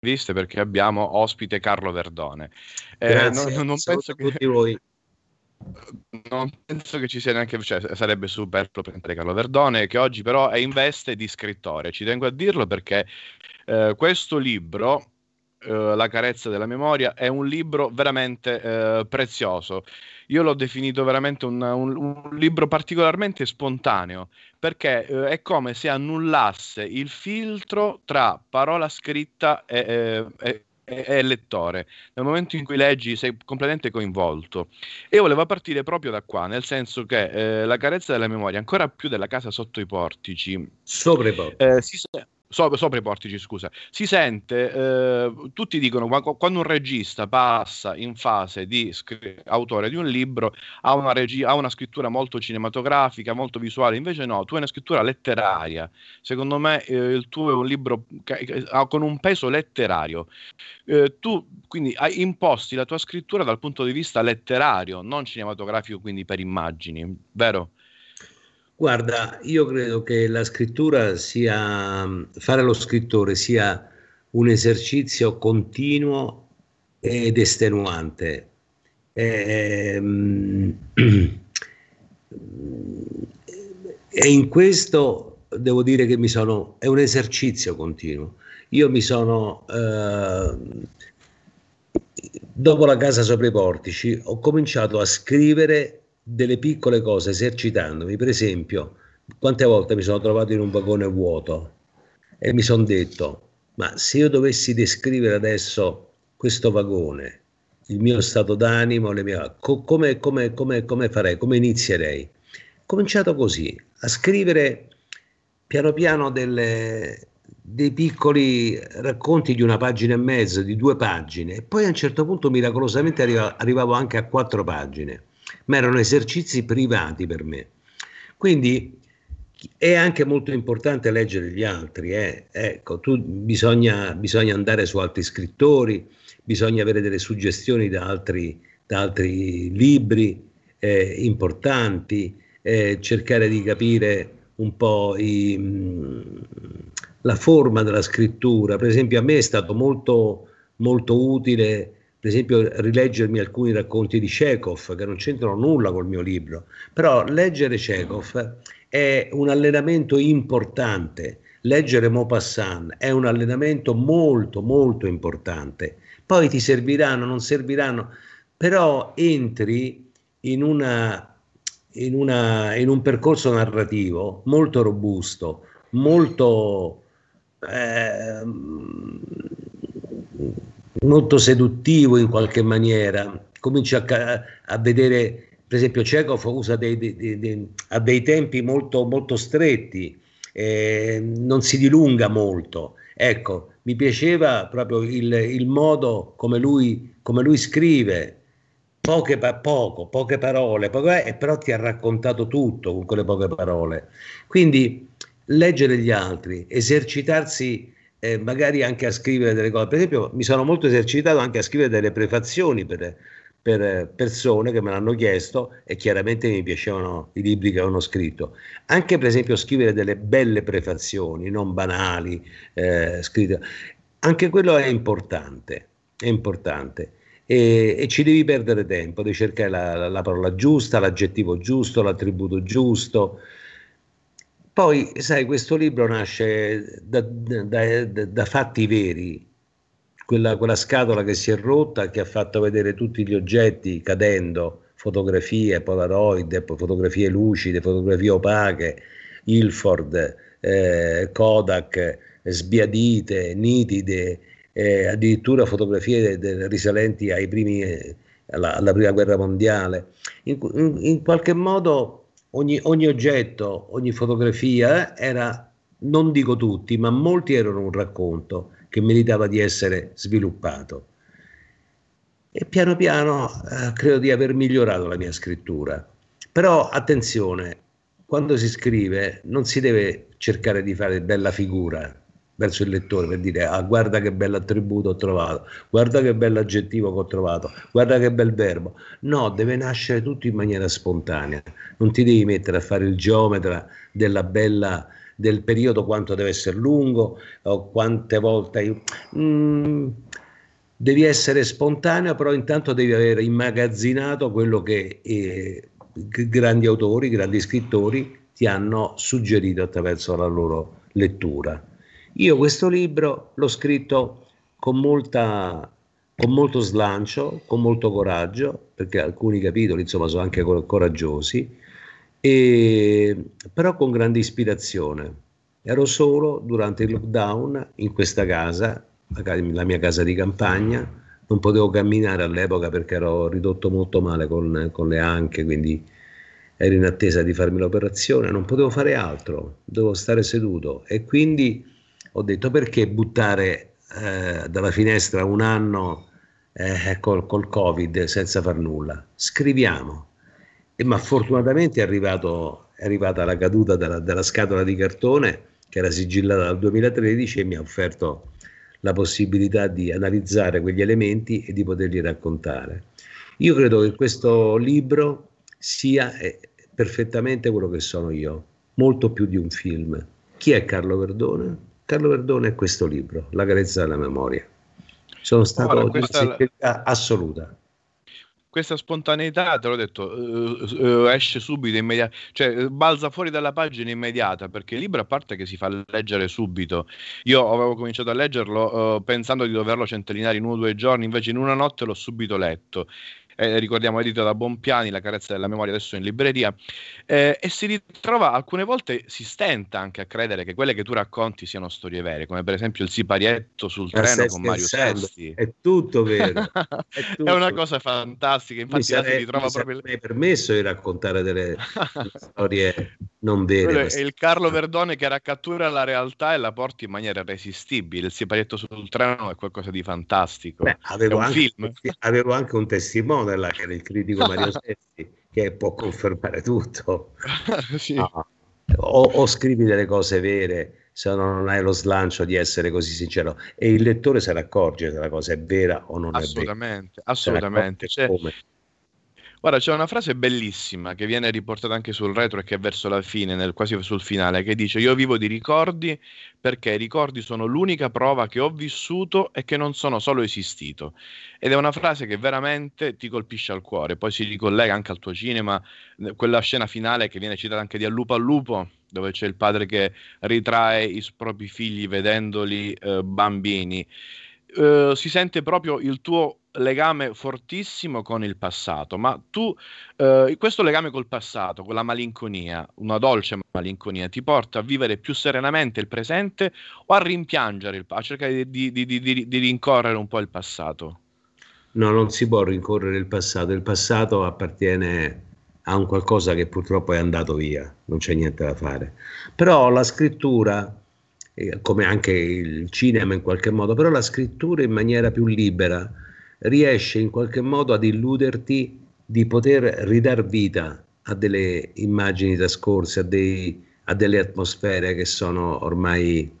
viste perché abbiamo ospite Carlo Verdone. Grazie, Non saluto penso a che, tutti voi. non penso che ci sia neanche, cioè, sarebbe superfluo presentare Carlo Verdone, che oggi però è in veste di scrittore. Ci tengo a dirlo perché questo libro, La carezza della memoria, è un libro veramente prezioso. Io l'ho definito veramente un libro particolarmente spontaneo, perché è come se annullasse il filtro tra parola scritta e lettore. Nel momento in cui leggi sei completamente coinvolto. E io volevo partire proprio da qua, nel senso che La carezza della memoria, ancora più della casa sotto i portici, Sopra i portici. sopra i portici, scusa, si sente, tutti dicono quando un regista passa in fase di autore di un libro ha una scrittura molto cinematografica, molto visuale, invece no, tu hai una scrittura letteraria. Secondo me il tuo è un libro con un peso letterario. Tu quindi hai imposti la tua scrittura dal punto di vista letterario, non cinematografico, quindi per immagini, vero? Guarda, io credo che la scrittura sia, fare lo scrittore sia un esercizio continuo ed estenuante. Ehm, E in questo devo dire che è un esercizio continuo. Io mi sono, dopo la casa sopra i portici, ho cominciato a scrivere delle piccole cose esercitandomi. Per esempio, quante volte mi sono trovato in un vagone vuoto e mi sono detto, ma se io dovessi descrivere adesso questo vagone, il mio stato d'animo, come farei, come inizierei? Ho cominciato così, a scrivere piano piano dei piccoli racconti di una pagina e mezzo, di 2 pagine, e poi a un certo punto miracolosamente arrivavo anche a 4 pagine, ma erano esercizi privati per me. Quindi è anche molto importante leggere gli altri, eh. Ecco, bisogna andare su altri scrittori, bisogna avere delle suggestioni da altri libri importanti, cercare di capire un po' la forma della scrittura. Per esempio, a me è stato molto utile, per esempio, rileggermi alcuni racconti di Chekhov che non c'entrano nulla col mio libro, però leggere Chekhov è un allenamento importante. Leggere Maupassant è un allenamento molto importante. Poi ti serviranno, non serviranno, però entri in in un percorso narrativo molto robusto, eh, molto seduttivo in qualche maniera. Cominci a vedere, per esempio, Chekhov usa ha dei tempi molto stretti, non si dilunga molto. Ecco, mi piaceva proprio il modo come lui scrive, poche parole, e però ti ha raccontato tutto con quelle poche parole. Quindi leggere gli altri, esercitarsi magari anche a scrivere delle cose. Per esempio, mi sono molto esercitato anche a scrivere delle prefazioni per persone che me l'hanno chiesto e chiaramente mi piacevano i libri che avevano scritto. Anche per esempio scrivere delle belle prefazioni, non banali, scritte. Anche quello è importante. E ci devi perdere tempo, devi cercare la parola giusta, l'aggettivo giusto, l'attributo giusto. Poi, sai, questo libro nasce da fatti veri, quella scatola che si è rotta, che ha fatto vedere tutti gli oggetti cadendo, fotografie, Polaroid, fotografie lucide, fotografie opache, Ilford, Kodak, sbiadite, nitide, addirittura fotografie risalenti alla prima guerra mondiale. In qualche modo ogni oggetto, ogni fotografia era, non dico tutti, ma molti erano un racconto che meritava di essere sviluppato. E piano piano credo di aver migliorato la mia scrittura. Però attenzione, quando si scrive non si deve cercare di fare bella figura verso il lettore per dire ah, guarda che bello attributo ho trovato, guarda che bello aggettivo che ho trovato, guarda che bel verbo. No, deve nascere tutto in maniera spontanea. Non ti devi mettere a fare il geometra della del periodo, quanto deve essere lungo, o quante volte devi essere spontaneo, però intanto devi aver immagazzinato quello che grandi autori, grandi scrittori ti hanno suggerito attraverso la loro lettura. Io questo libro l'ho scritto con molto slancio, con molto coraggio, perché alcuni capitoli insomma sono anche coraggiosi, però con grande ispirazione. Ero solo durante il lockdown in questa casa, la mia casa di campagna, non potevo camminare all'epoca perché ero ridotto molto male con le anche, quindi ero in attesa di farmi l'operazione, non potevo fare altro, dovevo stare seduto e quindi ho detto perché buttare dalla finestra un anno col Covid senza far nulla, scriviamo. Ma fortunatamente è arrivata la caduta della scatola di cartone che era sigillata dal 2013 e mi ha offerto la possibilità di analizzare quegli elementi e di poterli raccontare. Io credo che questo libro sia perfettamente quello che sono io, molto più di un film. Chi è Carlo Verdone? Carlo Verdone è questo libro, La carezza della memoria. Sono stato di una sincerità assoluta. Questa spontaneità, te l'ho detto, esce subito, cioè balza fuori dalla pagina immediata, perché il libro, a parte che si fa leggere subito, io avevo cominciato a leggerlo pensando di doverlo centellinare in 1 o 2 giorni, invece in una notte l'ho subito letto. Ricordiamo, edito da Bompiani, La carezza della memoria, adesso in libreria, e si ritrova, alcune volte si stenta anche a credere che quelle che tu racconti siano storie vere, come per esempio il siparietto sul treno con Mario Sesti. È tutto vero. È tutto. È una cosa fantastica, infatti si ritrova proprio... Mi hai permesso di raccontare delle storie non vere. È il Carlo Verdone che raccattura la realtà e la porta in maniera irresistibile. Il siparietto sul treno è qualcosa di fantastico. Beh, è un film. Avevo anche un testimone là, che era il critico Mario Sesti, che può confermare tutto. Sì. No. O scrivi delle cose vere, se no non hai lo slancio di essere così sincero, e il lettore se ne accorge se la cosa è vera o non è vera. Assolutamente. Guarda, c'è una frase bellissima che viene riportata anche sul retro e che è verso la fine, quasi sul finale, che dice: io vivo di ricordi perché i ricordi sono l'unica prova che ho vissuto e che non sono solo esistito. Ed è una frase che veramente ti colpisce al cuore, poi si ricollega anche al tuo cinema, quella scena finale che viene citata anche di Al lupo, dove c'è il padre che ritrae i propri figli vedendoli bambini. Si sente proprio il tuo legame fortissimo con il passato, ma tu questo legame col passato, con la malinconia, una dolce malinconia, ti porta a vivere più serenamente il presente o a rimpiangere, a cercare di rincorrere un po' il passato? No, non si può rincorrere il passato appartiene a un qualcosa che purtroppo è andato via, non c'è niente da fare. Però la scrittura, come anche il cinema in qualche modo, però la scrittura in maniera più libera riesce in qualche modo ad illuderti di poter ridar vita a delle immagini trascorse, a delle atmosfere che sono ormai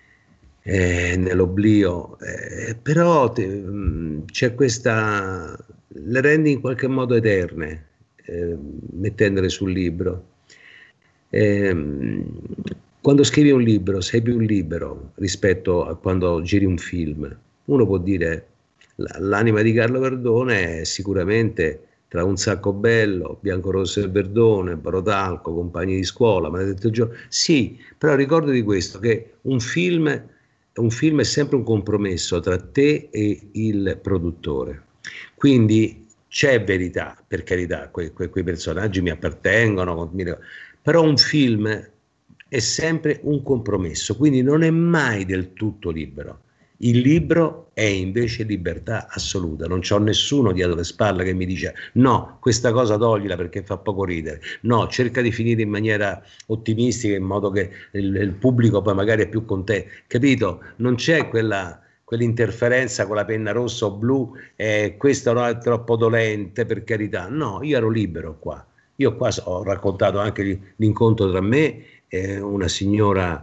nell'oblio, però c'è questa, le rendi in qualche modo eterne, mettendole sul libro. Quando scrivi un libro sei più libero rispetto a quando giri un film. Uno può dire: l'anima di Carlo Verdone è sicuramente Tra un sacco bello, Bianco, Rosso e Verdone, Barotalco, Compagni di scuola, Maledetto giorno. Sì, però ricordo di questo, che un film è sempre un compromesso tra te e il produttore. Quindi c'è verità, per carità, quei personaggi mi appartengono, però un film è sempre un compromesso, quindi non è mai del tutto libero. Il libro è invece libertà assoluta, non c'ho nessuno dietro le spalle che mi dice no, questa cosa toglila perché fa poco ridere, no, cerca di finire in maniera ottimistica in modo che il pubblico poi magari è più contento, capito? Non c'è quell'interferenza con la penna rossa o blu, questo no è troppo dolente, per carità, no, io ero libero qua. Io qua ho raccontato anche l'incontro tra me e una signora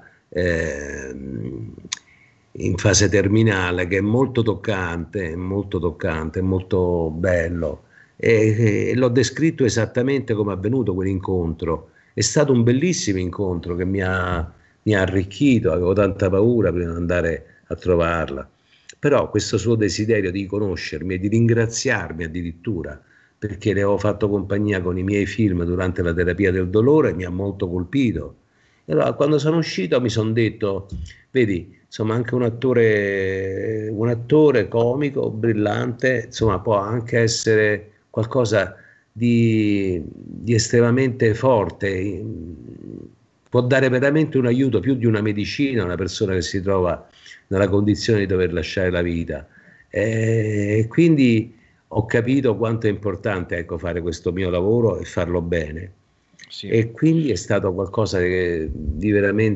in fase terminale, che è molto toccante, molto bello, e l'ho descritto esattamente come è avvenuto quell'incontro. È stato un bellissimo incontro che mi ha mi ha arricchito, avevo tanta paura prima di andare a trovarla, però questo suo desiderio di conoscermi e di ringraziarmi addirittura perché le avevo fatto compagnia con i miei film durante la terapia del dolore mi ha molto colpito. E allora quando sono uscito mi sono detto, vedi, insomma anche un attore comico, brillante, insomma può anche essere qualcosa di estremamente forte, può dare veramente un aiuto più di una medicina a una persona che si trova nella condizione di dover lasciare la vita. E quindi ho capito quanto è importante, ecco, fare questo mio lavoro e farlo bene. Sì. E quindi è stato qualcosa di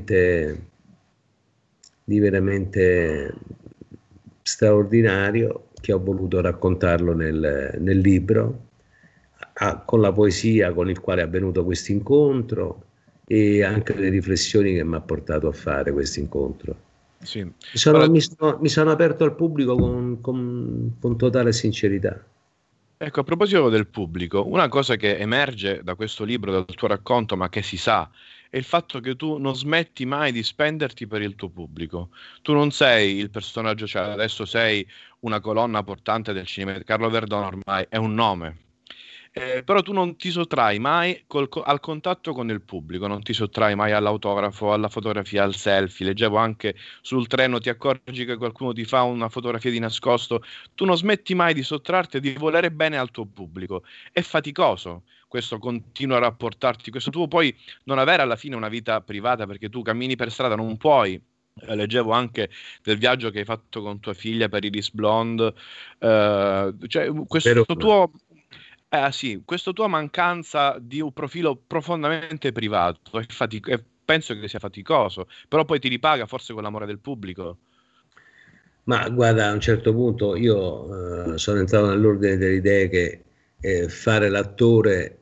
veramente straordinario che ho voluto raccontarlo nel libro, con la poesia con il quale è avvenuto questo incontro e anche le riflessioni che mi ha portato a fare questo incontro. Sì. Mi sono aperto al pubblico con totale sincerità. Ecco, a proposito del pubblico, una cosa che emerge da questo libro, dal tuo racconto, ma che si sa, è il fatto che tu non smetti mai di spenderti per il tuo pubblico. Tu non sei il personaggio, cioè adesso sei una colonna portante del cinema. Carlo Verdone ormai è un nome. Però tu non ti sottrai mai al contatto con il pubblico, non ti sottrai mai all'autografo, alla fotografia, al selfie. Leggevo anche sul treno, ti accorgi che qualcuno ti fa una fotografia di nascosto. Tu non smetti mai di sottrarti e di volere bene al tuo pubblico. È faticoso questo continuo a rapportarti, questo tuo poi non avere alla fine una vita privata perché tu cammini per strada, non puoi. Leggevo anche del viaggio che hai fatto con tua figlia per Iris Blonde, cioè questo Verona. tuo sì, questa tua mancanza di un profilo profondamente privato e penso che sia faticoso, però poi ti ripaga forse con l'amore del pubblico. Ma guarda, a un certo punto io sono entrato nell'ordine delle idee che fare l'attore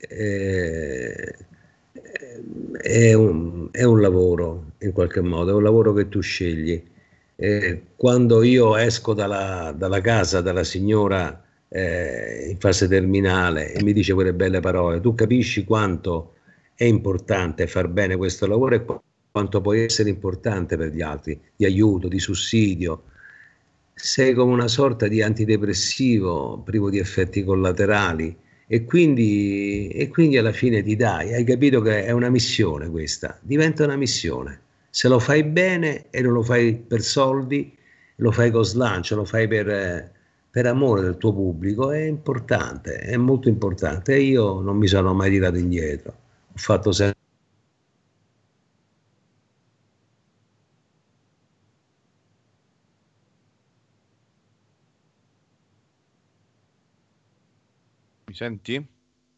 è un lavoro in qualche modo, è un lavoro che tu scegli. Quando io esco dalla casa dalla signora in fase terminale e mi dice quelle belle parole, tu capisci quanto è importante far bene questo lavoro e quanto può essere importante per gli altri, di aiuto, di sussidio. Sei come una sorta di antidepressivo privo di effetti collaterali e quindi alla fine ti dai, hai capito che è una missione questa, diventa una missione. Se lo fai bene e non lo fai per soldi, lo fai con slancio, lo fai per amore del tuo pubblico, è importante, è molto importante e io non mi sono mai tirato indietro, ho fatto sempre. Mi senti?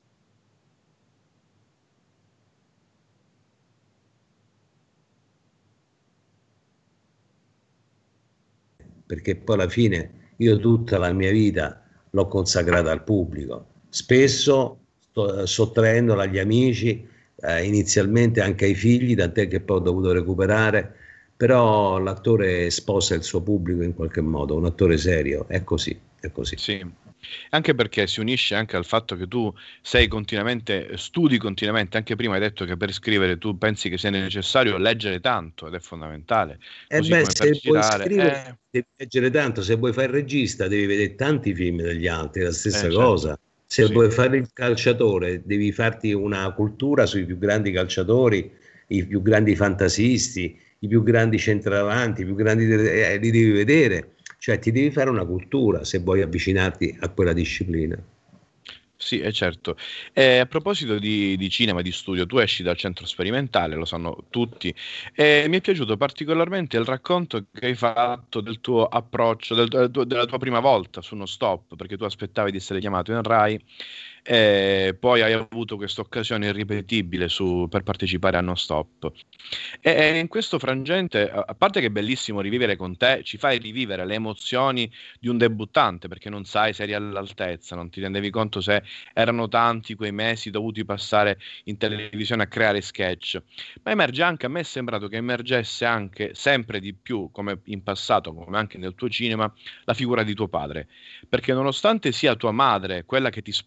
Perché poi alla fine io tutta la mia vita l'ho consacrata al pubblico, spesso sottraendola agli amici, inizialmente anche ai figli, tant'è che poi ho dovuto recuperare, però l'attore sposa il suo pubblico in qualche modo, un attore serio, è così, è così. Sì, anche perché si unisce anche al fatto che tu sei continuamente, studi continuamente, anche prima hai detto che per scrivere tu pensi che sia necessario leggere tanto ed è fondamentale, E così beh, come per se vuoi girare. scrivere devi leggere tanto, se vuoi fare il regista devi vedere tanti film degli altri, è la stessa Certo, cosa. Se sì. vuoi fare il calciatore devi farti una cultura sui più grandi calciatori, i più grandi fantasisti, i più grandi centravanti, i più grandi, li devi vedere, cioè ti devi fare una cultura se vuoi avvicinarti a quella disciplina. Sì, è certo. E a proposito di cinema, di studio, tu esci dal centro sperimentale, lo sanno tutti, e mi è piaciuto particolarmente il racconto che hai fatto del tuo approccio, della tua prima volta su uno stop, perché tu aspettavi di essere chiamato in Rai, e poi hai avuto questa occasione irripetibile per partecipare a Non Stop. E in questo frangente, a parte che è bellissimo rivivere con te, ci fai rivivere le emozioni di un debuttante, perché non sai se eri all'altezza, non ti rendevi conto se erano tanti quei mesi dovuti passare in televisione a creare sketch. Ma emerge anche, a me è sembrato che emergesse anche sempre di più, come in passato, come anche nel tuo cinema, la figura di tuo padre. Perché nonostante sia tua madre quella che ti sprona,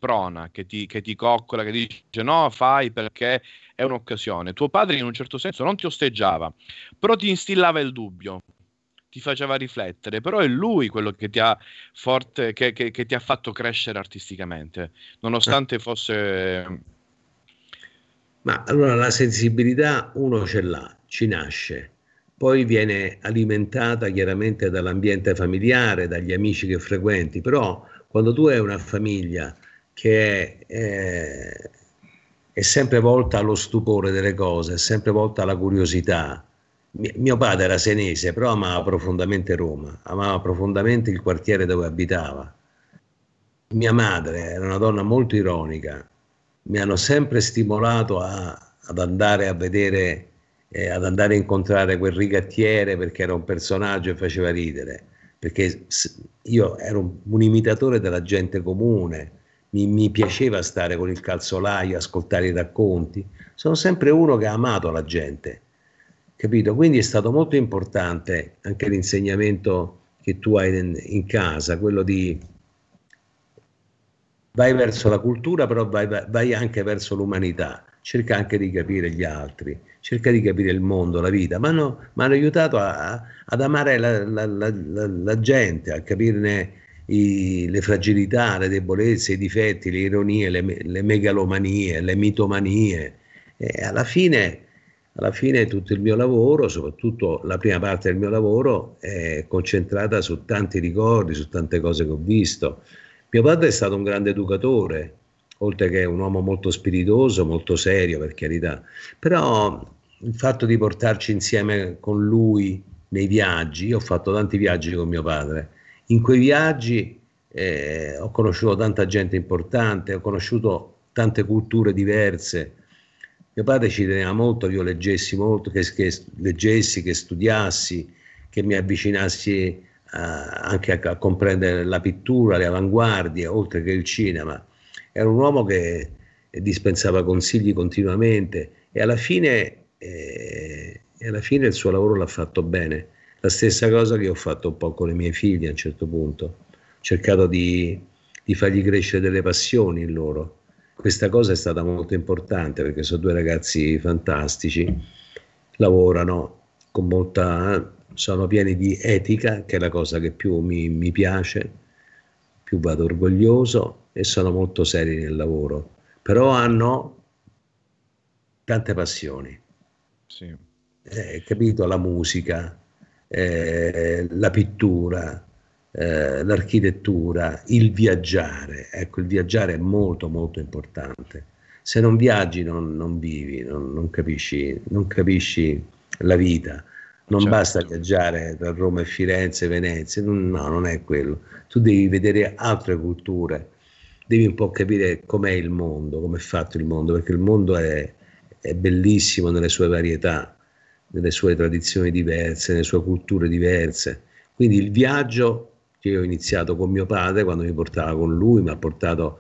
che ti coccola, che dice no, fai perché è un'occasione. Tuo padre in un certo senso non ti osteggiava, però ti instillava il dubbio, ti faceva riflettere, però è lui quello che ti ha che ti ha fatto crescere artisticamente, nonostante fosse... Ma allora la sensibilità uno ce l'ha, ci nasce, poi viene alimentata chiaramente dall'ambiente familiare, dagli amici che frequenti, però quando tu hai una famiglia che è sempre volta allo stupore delle cose, è sempre volta alla curiosità. Mio padre era senese, però amava profondamente Roma, amava profondamente il quartiere dove abitava. Mia madre era una donna molto ironica, mi hanno sempre stimolato ad andare a vedere, ad andare a incontrare quel rigattiere perché era un personaggio e faceva ridere, perché io ero un imitatore della gente comune, mi piaceva stare con il calzolaio, ascoltare i racconti, sono sempre uno che ha amato la gente, capito? Quindi è stato molto importante anche l'insegnamento che tu hai in casa, quello di vai verso la cultura, però vai anche verso l'umanità, cerca anche di capire gli altri, cerca di capire il mondo, la vita. Mi hanno aiutato ad amare la gente, a capirne le fragilità, le debolezze, i difetti, le ironie, le megalomanie, le mitomanie. E alla fine tutto il mio lavoro, soprattutto la prima parte del mio lavoro, è concentrata su tanti ricordi, su tante cose che ho visto. Mio padre è stato un grande educatore, oltre che un uomo molto spiritoso, molto serio, per carità. Però il fatto di portarci insieme con lui nei viaggi, io ho fatto tanti viaggi con mio padre, in quei viaggi ho conosciuto tanta gente importante, ho conosciuto tante culture diverse. Mio padre ci teneva molto che io leggessi molto, che leggessi, che studiassi, che mi avvicinassi anche a comprendere la pittura, le avanguardie, oltre che il cinema. Era un uomo che dispensava consigli continuamente e alla fine il suo lavoro l'ha fatto bene. La stessa cosa che ho fatto un po' con i miei figli a un certo punto. Ho cercato di fargli crescere delle passioni in loro. Questa cosa è stata molto importante perché sono due ragazzi fantastici, lavorano con molta... sono pieni di etica, che è la cosa che più mi piace, più vado orgoglioso, e sono molto seri nel lavoro, però hanno tante passioni. Sì. Capito? La musica, la pittura, l'architettura, il viaggiare. Ecco, il viaggiare è molto molto importante. Se non viaggi non vivi, non capisci la vita. Non Certo. basta viaggiare tra Roma e Firenze, Venezia, no, non è quello. Tu devi vedere altre culture, devi un po' capire com'è il mondo, com'è fatto il mondo, perché il mondo è bellissimo nelle sue varietà, nelle sue tradizioni diverse, nelle sue culture diverse. Quindi il viaggio che io ho iniziato con mio padre, quando mi portava con lui, mi ha portato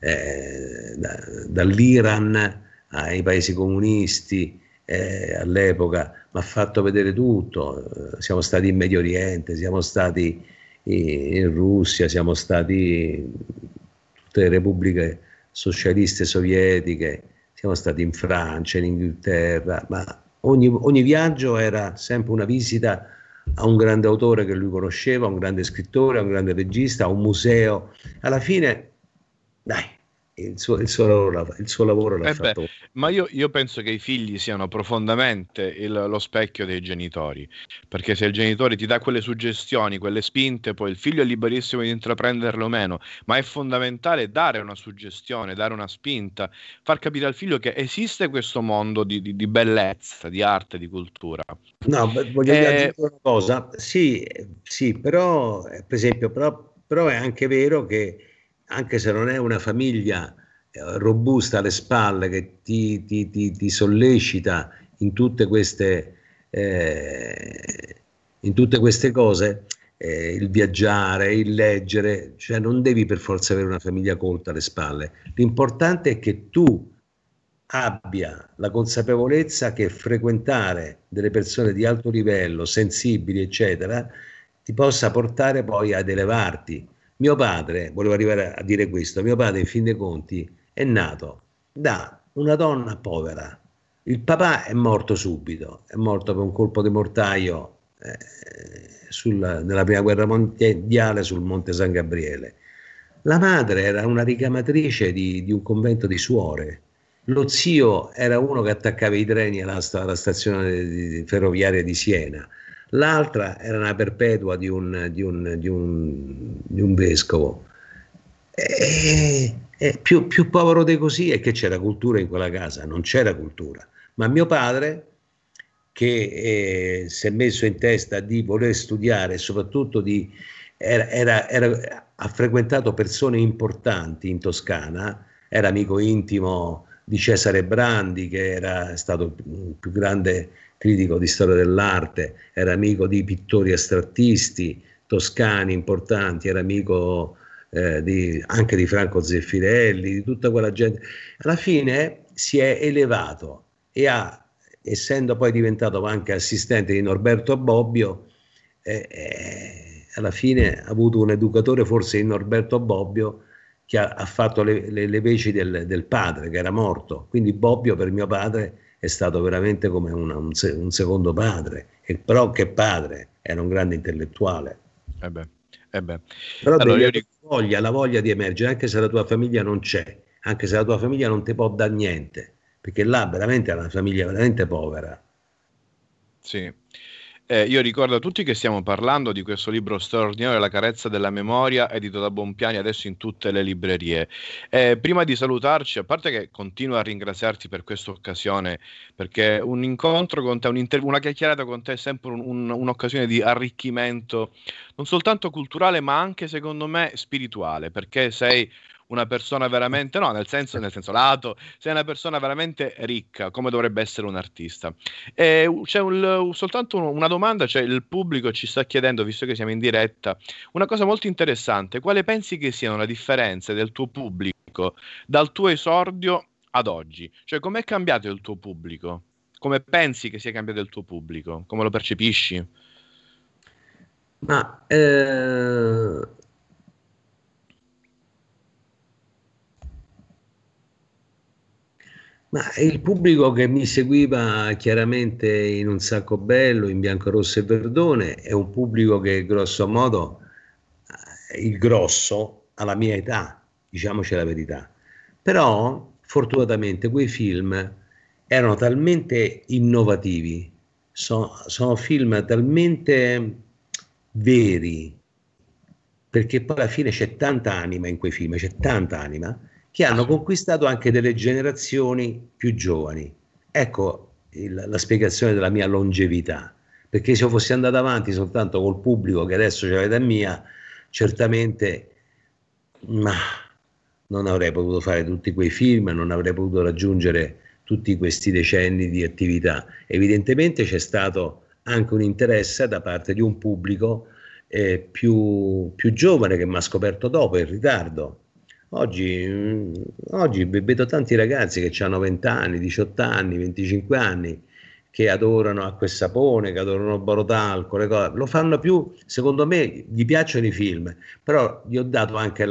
dall'Iran ai paesi comunisti, all'epoca mi ha fatto vedere tutto, siamo stati in Medio Oriente, siamo stati in Russia, siamo stati in tutte le repubbliche socialiste sovietiche, siamo stati in Francia, in Inghilterra, ma ogni viaggio era sempre una visita a un grande autore che lui conosceva, a un grande scrittore, a un grande regista, a un museo. Alla fine, dai, il suo lavoro l'ha fatto. Ma io penso che i figli siano profondamente lo specchio dei genitori, perché se il genitore ti dà quelle suggestioni, quelle spinte, poi il figlio è liberissimo di intraprenderle o meno, ma è fondamentale dare una suggestione, dare una spinta, far capire al figlio che esiste questo mondo di bellezza, di arte, di cultura. No, voglio dire una cosa, sì, però, per esempio, però è anche vero che anche se non è una famiglia robusta alle spalle che ti sollecita in tutte queste cose, il viaggiare, il leggere, cioè non devi per forza avere una famiglia colta alle spalle. L'importante è che tu abbia la consapevolezza che frequentare delle persone di alto livello, sensibili, eccetera, ti possa portare poi ad elevarti. Mio padre, volevo arrivare a dire questo, mio padre in fin dei conti è nato da una donna povera. Il papà è morto subito, è morto per un colpo di mortaio nella prima guerra mondiale sul Monte San Gabriele. La madre era una ricamatrice di un convento di suore. Lo zio era uno che attaccava i treni alla stazione ferroviaria di Siena. L'altra era una perpetua di un vescovo. Più povero di così è che c'era cultura in quella casa, non c'era cultura. Ma mio padre, che si è messo in testa di voler studiare e soprattutto ha frequentato persone importanti in Toscana, era amico intimo di Cesare Brandi, che era stato il più grande critico di storia dell'arte, era amico di pittori astrattisti toscani importanti, era amico anche di Franco Zeffirelli, di tutta quella gente. Alla fine si è elevato e essendo poi diventato anche assistente di Norberto Bobbio, alla fine ha avuto un educatore forse in Norberto Bobbio, che ha fatto le veci del padre, che era morto. Quindi Bobbio per mio padre è stato veramente come un secondo padre, e però che padre, era un grande intellettuale. Però allora, la voglia di emergere, anche se la tua famiglia non c'è, anche se la tua famiglia non ti può dare niente, perché là veramente è una famiglia veramente povera. Sì. Io ricordo a tutti che stiamo parlando di questo libro straordinario, La carezza della memoria, edito da Bompiani, adesso in tutte le librerie. Prima di salutarci, a parte che continuo a ringraziarti per questa occasione, perché un incontro con te, una chiacchierata con te è sempre un'occasione di arricchimento, non soltanto culturale, ma anche, secondo me, spirituale, perché sei una persona veramente, no, nel senso lato, sei una persona veramente ricca, come dovrebbe essere un artista. C'è soltanto una domanda, cioè il pubblico ci sta chiedendo, visto che siamo in diretta, una cosa molto interessante: quale pensi che siano le differenze del tuo pubblico dal tuo esordio ad oggi? Cioè, com'è cambiato il tuo pubblico? Come pensi che sia cambiato il tuo pubblico? Come lo percepisci? Ma il pubblico che mi seguiva chiaramente in Un sacco bello, in Bianco, Rosso e Verdone, è un pubblico che grosso modo, il grosso, alla mia età, diciamoci la verità. Però fortunatamente quei film erano talmente innovativi, sono film talmente veri, perché poi alla fine c'è tanta anima in quei film, c'è tanta anima, che hanno conquistato anche delle generazioni più giovani. Ecco la spiegazione della mia longevità, perché se io fossi andato avanti soltanto col pubblico che adesso c'è l'età mia, certamente non avrei potuto fare tutti quei film, non avrei potuto raggiungere tutti questi decenni di attività. Evidentemente c'è stato anche un interesse da parte di un pubblico più giovane, che mi ha scoperto dopo, in ritardo. Oggi vedo tanti ragazzi che hanno 20 anni, 18 anni, 25 anni, che adorano Acqua e Sapone, che adorano Borotalco, le cose. Lo fanno più, secondo me, gli piacciono i film, però gli ho dato anche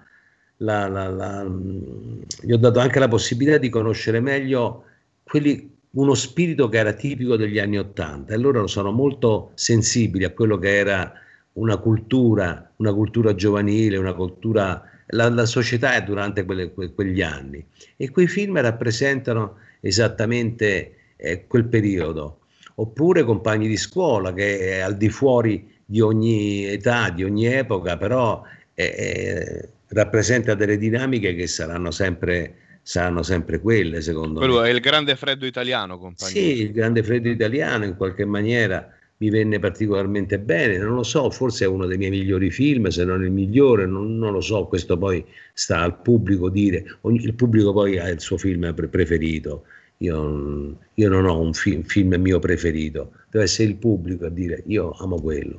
gli ho dato anche la possibilità di conoscere meglio uno spirito che era tipico degli anni '80, e loro sono molto sensibili a quello che era una cultura giovanile, una cultura, la società è durante quegli anni, e quei film rappresentano esattamente quel periodo. Oppure Compagni di scuola, che è al di fuori di ogni età, di ogni epoca, però rappresenta delle dinamiche che saranno sempre quelle, secondo me. Quello è il grande freddo italiano, Compagni. Sì, il grande freddo italiano in qualche maniera mi venne particolarmente bene, non lo so, forse è uno dei miei migliori film, se non il migliore, non lo so, questo poi sta al pubblico dire, il pubblico poi ha il suo film preferito, io non ho un film mio preferito, deve essere il pubblico a dire io amo quello.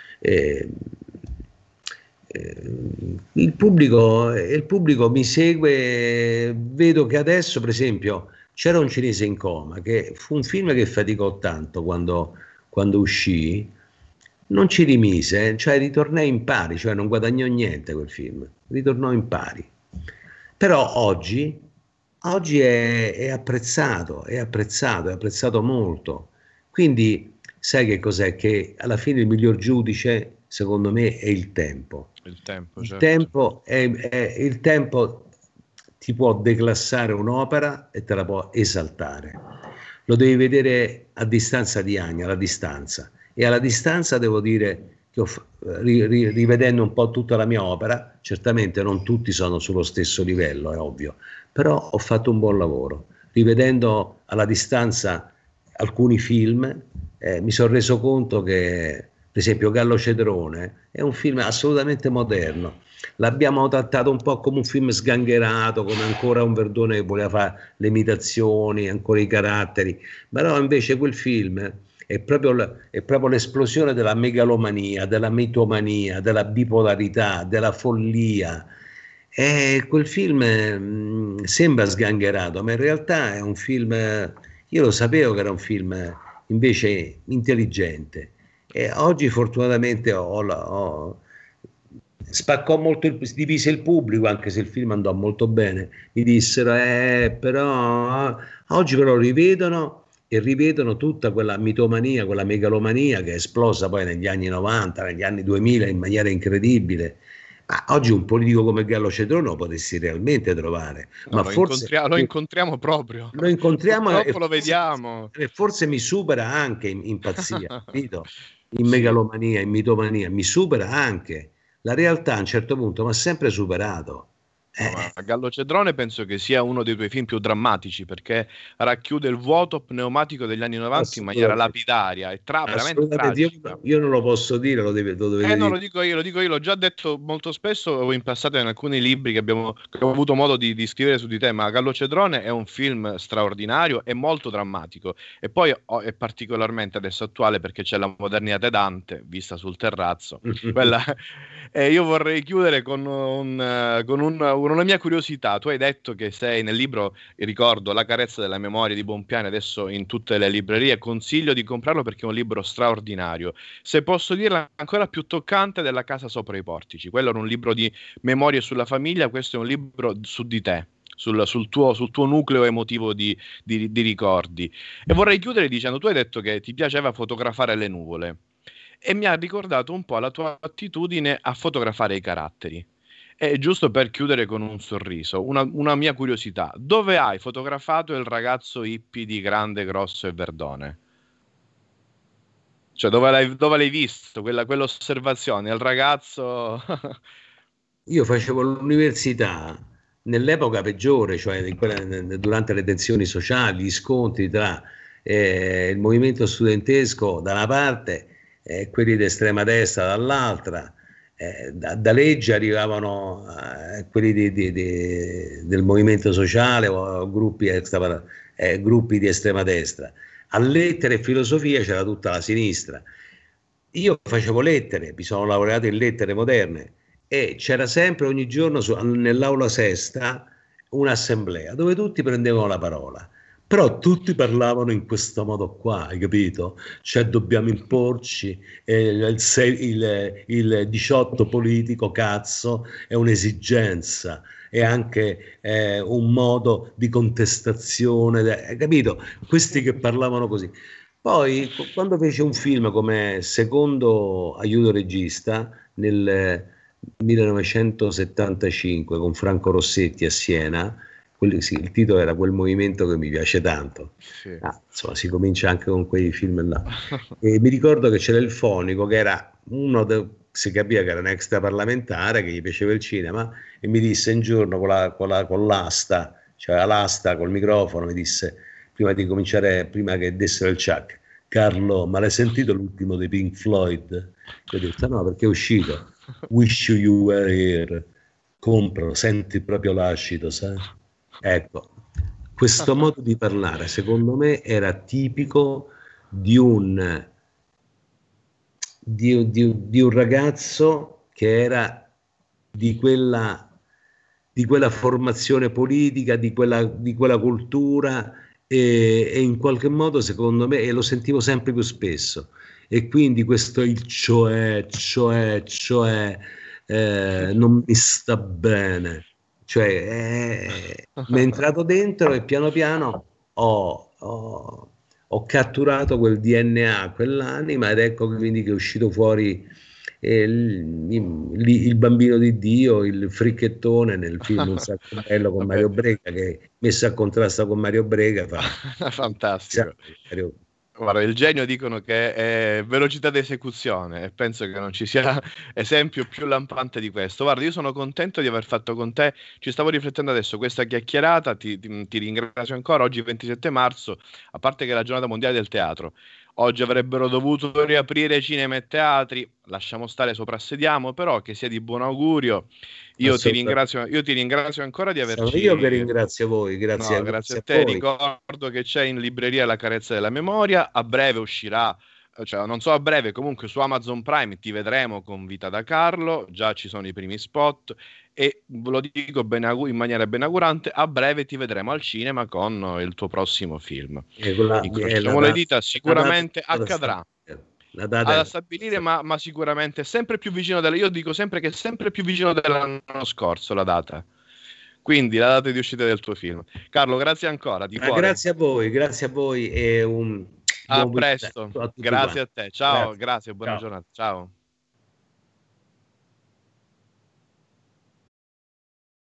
Il pubblico mi segue, vedo che adesso, per esempio, C'era un cinese in coma, che fu un film che faticò tanto quando uscì, non ci rimise, cioè ritornai in pari, cioè non guadagnò niente quel film, ritornò in pari. Però oggi è apprezzato, è apprezzato molto. Quindi sai che cos'è? Che alla fine il miglior giudice, secondo me, è il tempo. Il tempo, Il certo. tempo il tempo ti può declassare un'opera e te la può esaltare. Lo devi vedere a distanza di anni, alla distanza. E alla distanza devo dire che rivedendo un po' tutta la mia opera, certamente non tutti sono sullo stesso livello, è ovvio, però ho fatto un buon lavoro. Rivedendo alla distanza alcuni film, mi sono reso conto che, per esempio, Gallo Cedrone è un film assolutamente moderno. L'abbiamo trattato un po' come un film sgangherato, come ancora un Verdone che voleva fare le imitazioni, ancora i caratteri, però invece quel film è proprio l'esplosione della megalomania, della mitomania, della bipolarità, della follia. E quel film sembra sgangherato, ma in realtà è un film, io lo sapevo che era un film invece intelligente. E oggi fortunatamente spaccò molto, divise il pubblico, anche se il film andò molto bene. Mi dissero, però oggi però rivedono e rivedono tutta quella mitomania, quella megalomania che è esplosa poi negli anni 90, negli anni 2000 in maniera incredibile. Ma oggi un politico come Gallo Cedrone lo potessi realmente trovare, No, ma lo forse incontriamo proprio. lo incontriamo Purtroppo lo vediamo. e forse mi supera anche in pazzia, capito? In Sì. megalomania, in mitomania, mi supera anche. La realtà a un certo punto mi ha sempre superato. No, ma Gallo Cedrone penso che sia uno dei tuoi film più drammatici perché racchiude il vuoto pneumatico degli anni 90 in maniera Assolutamente, lapidaria e veramente assolutamente. tragica. Io non lo posso dire, lo dovete No, dire. lo dico io, l'ho già detto molto spesso o in passato in alcuni libri che ho avuto modo di scrivere su di te, ma Gallo Cedrone è un film straordinario e molto drammatico. E poi è particolarmente adesso attuale perché c'è la modernità di Dante, vista sul terrazzo. Quella... E io vorrei chiudere con una mia curiosità. Tu hai detto che sei nel libro, ricordo, La carezza della memoria di Bompiani, adesso in tutte le librerie. Consiglio di comprarlo perché è un libro straordinario. Se posso dirla, ancora più toccante della casa sopra i portici. Quello era un libro di memorie sulla famiglia, questo è un libro su di te. Sul tuo nucleo emotivo di ricordi. E vorrei chiudere dicendo: tu hai detto che ti piaceva fotografare le nuvole e mi ha ricordato un po' la tua attitudine a fotografare i caratteri. E giusto per chiudere con un sorriso, una mia curiosità: dove hai fotografato il ragazzo hippie di Grande, Grosso e Verdone? Cioè, dove l'hai visto quell'osservazione? Il ragazzo. Io facevo l'università nell'epoca peggiore, cioè durante le tensioni sociali, gli scontri tra il movimento studentesco da una parte e quelli di estrema destra dall'altra. Da legge arrivavano quelli del movimento sociale o gruppi di estrema destra. A lettere e filosofia c'era tutta la sinistra. Io facevo lettere, mi sono laureato in lettere moderne e c'era sempre ogni giorno nell'aula sesta un'assemblea dove tutti prendevano la parola, però tutti parlavano in questo modo qua, hai capito? Cioè dobbiamo imporci, il 18 politico, cazzo, è un'esigenza, è anche un modo di contestazione, hai capito? Questi che parlavano così. Poi, quando fece un film come secondo aiuto regista nel 1975 con Franco Rossetti a Siena, sì, il titolo era Quel movimento che mi piace tanto. Sì. Insomma, si comincia anche con quei film là. E mi ricordo che c'era il fonico che era si capiva che era un extraparlamentare che gli piaceva il cinema e mi disse un giorno con l'asta, cioè l'asta col microfono, mi disse prima di cominciare, prima che dessero il chuck: Carlo, ma l'hai sentito l'ultimo dei Pink Floyd? Io ho detto no, perché è uscito. Wish You Were Here. Compralo, senti proprio l'ascito, sai? Ecco, questo modo di parlare secondo me era tipico di un ragazzo che era di quella formazione politica, di quella cultura e in qualche modo secondo me, e lo sentivo sempre più spesso, e quindi questo il cioè non mi sta bene, cioè mi è entrato dentro e piano piano ho catturato quel DNA, quell'anima, ed ecco quindi che è uscito fuori il bambino di Dio, il fricchettone nel film Un sacco bello con Mario Brega, che messo a contrasto con Mario Brega fa fantastico. Guarda, il genio dicono che è velocità di esecuzione e penso che non ci sia esempio più lampante di questo. Guarda, io sono contento di aver fatto con te, ci stavo riflettendo adesso, questa chiacchierata, ti ringrazio ancora. Oggi 27 marzo, a parte che è la giornata mondiale del teatro, oggi avrebbero dovuto riaprire cinema e teatri, lasciamo stare, soprassediamo, però che sia di buon augurio. Io ti ringrazio ancora di averci... Sono io che ringrazio voi, grazie, no, grazie a a te. voi. Ricordo che c'è in libreria La carezza della memoria, a breve uscirà, cioè non so a breve, comunque su Amazon Prime ti vedremo con Vita da Carlo, già ci sono i primi spot e ve lo dico in maniera benaugurante, a breve ti vedremo al cinema con il tuo prossimo film. Incrociamo le dita, sicuramente accadrà. Da stabilire, ma sicuramente sempre più vicino io dico sempre che è sempre più vicino dell'anno scorso la data, quindi la data di uscita del tuo film. Carlo, grazie ancora di cuore. Grazie a voi e a presto, grazie a te, ciao, grazie, buona giornata, ciao.